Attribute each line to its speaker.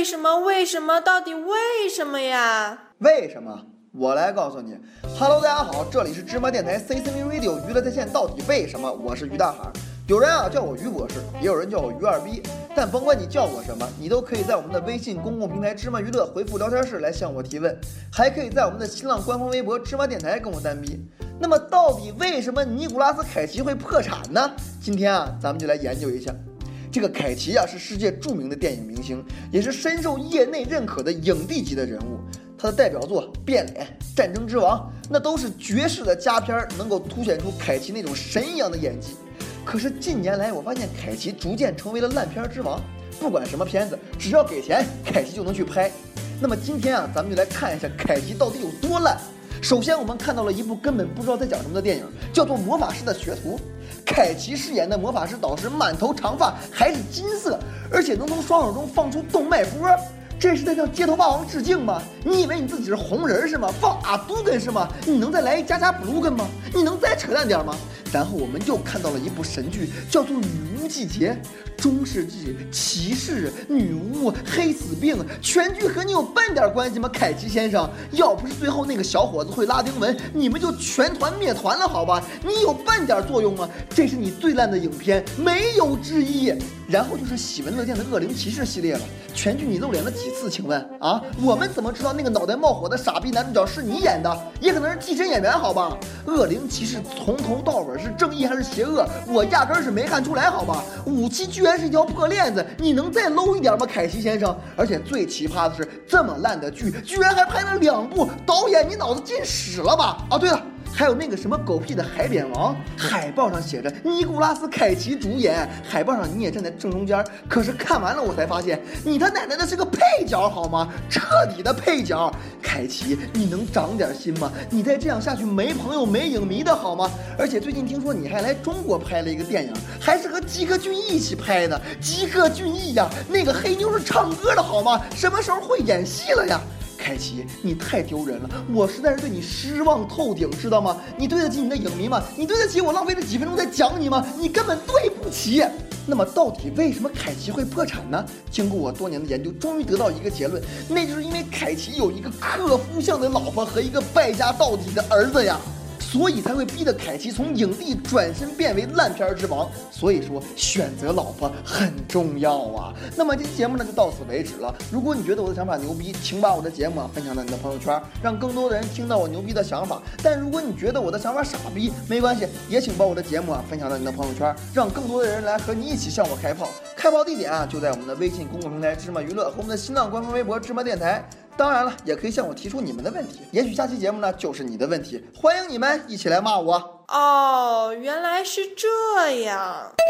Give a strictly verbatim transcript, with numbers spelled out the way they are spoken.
Speaker 1: 什么？为什么？到底为什么呀？
Speaker 2: 为什么？我来告诉你。Hello， 大家好，这里是芝麻电台 C C V Radio 娱乐在线，到底为什么？我是于大海。有人啊叫我于博士，也有人叫我于二逼，但甭管你叫我什么，你都可以在我们的微信公共平台芝麻娱乐回复聊天室来向我提问，还可以在我们的新浪官方微博芝麻电台跟我单逼。那么到底为什么尼古拉斯凯奇会破产呢？今天啊，咱们就来研究一下。这个凯奇啊是世界著名的电影明星，也是深受业内认可的影帝级的人物。他的代表作《变脸》《战争之王》那都是绝世的佳片，能够凸显出凯奇那种神一样的演技。可是近年来，我发现凯奇逐渐成为了烂片之王，不管什么片子，只要给钱，凯奇就能去拍。那么今天啊，咱们就来看一下凯奇到底有多烂。首先，我们看到了一部根本不知道在讲什么的电影，叫做《魔法师的学徒》。凯奇饰演的魔法师导师满头长发，还是金色，而且能从双手中放出动脉波。这是在向街头霸王致敬吗？你以为你自己是红人是吗？放阿杜根是吗？你能再来一加加布鲁根吗？你能再扯淡点吗？然后我们又看到了一部神剧，叫做《女巫季节》。中世纪骑士、女巫、黑死病，全剧和你有半点关系吗？凯奇先生，要不是最后那个小伙子会拉丁文，你们就全团灭团了，好吧？你有半点作用吗？这是你最烂的影片，没有之一。然后就是喜闻乐见的恶灵骑士系列了，全剧你露脸了几次？请问啊，我们怎么知道那个脑袋冒火的傻逼男主角是你演的？也可能是替身演员，好吧？恶灵骑士从头到尾是正义还是邪恶，我压根儿是没看出来，好吧？武器居然是一条破链子，你能再 low 一点吗，凯奇先生？而且最奇葩的是，这么烂的剧居然还拍了两部，导演你脑子进屎了吧？啊，对了。还有那个什么狗屁的海扁王，海报上写着尼古拉斯凯奇主演，海报上你也站在正中间，可是看完了我才发现，你他奶奶的是个配角好吗？彻底的配角。凯奇，你能长点心吗？你再这样下去没朋友没影迷的好吗？而且最近听说你还来中国拍了一个电影，还是和吉克隽逸一起拍的。吉克隽逸呀，那个黑妞是唱歌的好吗？什么时候会演戏了呀？凯奇，你太丢人了，我实在是对你失望透顶，知道吗？你对得起你的影迷吗？你对得起我浪费了几分钟在讲你吗？你根本对不起。那么到底为什么凯奇会破产呢？经过我多年的研究，终于得到一个结论，那就是因为凯奇有一个克夫像的老婆和一个败家到底的儿子呀。所以才会逼得凯奇从影帝转身变为烂片之王。所以说选择老婆很重要啊。那么这期节目呢就到此为止了。如果你觉得我的想法牛逼，请把我的节目啊分享到你的朋友圈，让更多的人听到我牛逼的想法。但如果你觉得我的想法傻逼，没关系，也请把我的节目啊分享到你的朋友圈，让更多的人来和你一起向我开炮。开炮地点啊就在我们的微信公共平台芝麻娱乐和我们的新浪官方微博芝麻电台。当然了，也可以向我提出你们的问题，也许下期节目呢就是你的问题，欢迎你们一起来骂我。
Speaker 1: 哦，原来是这样。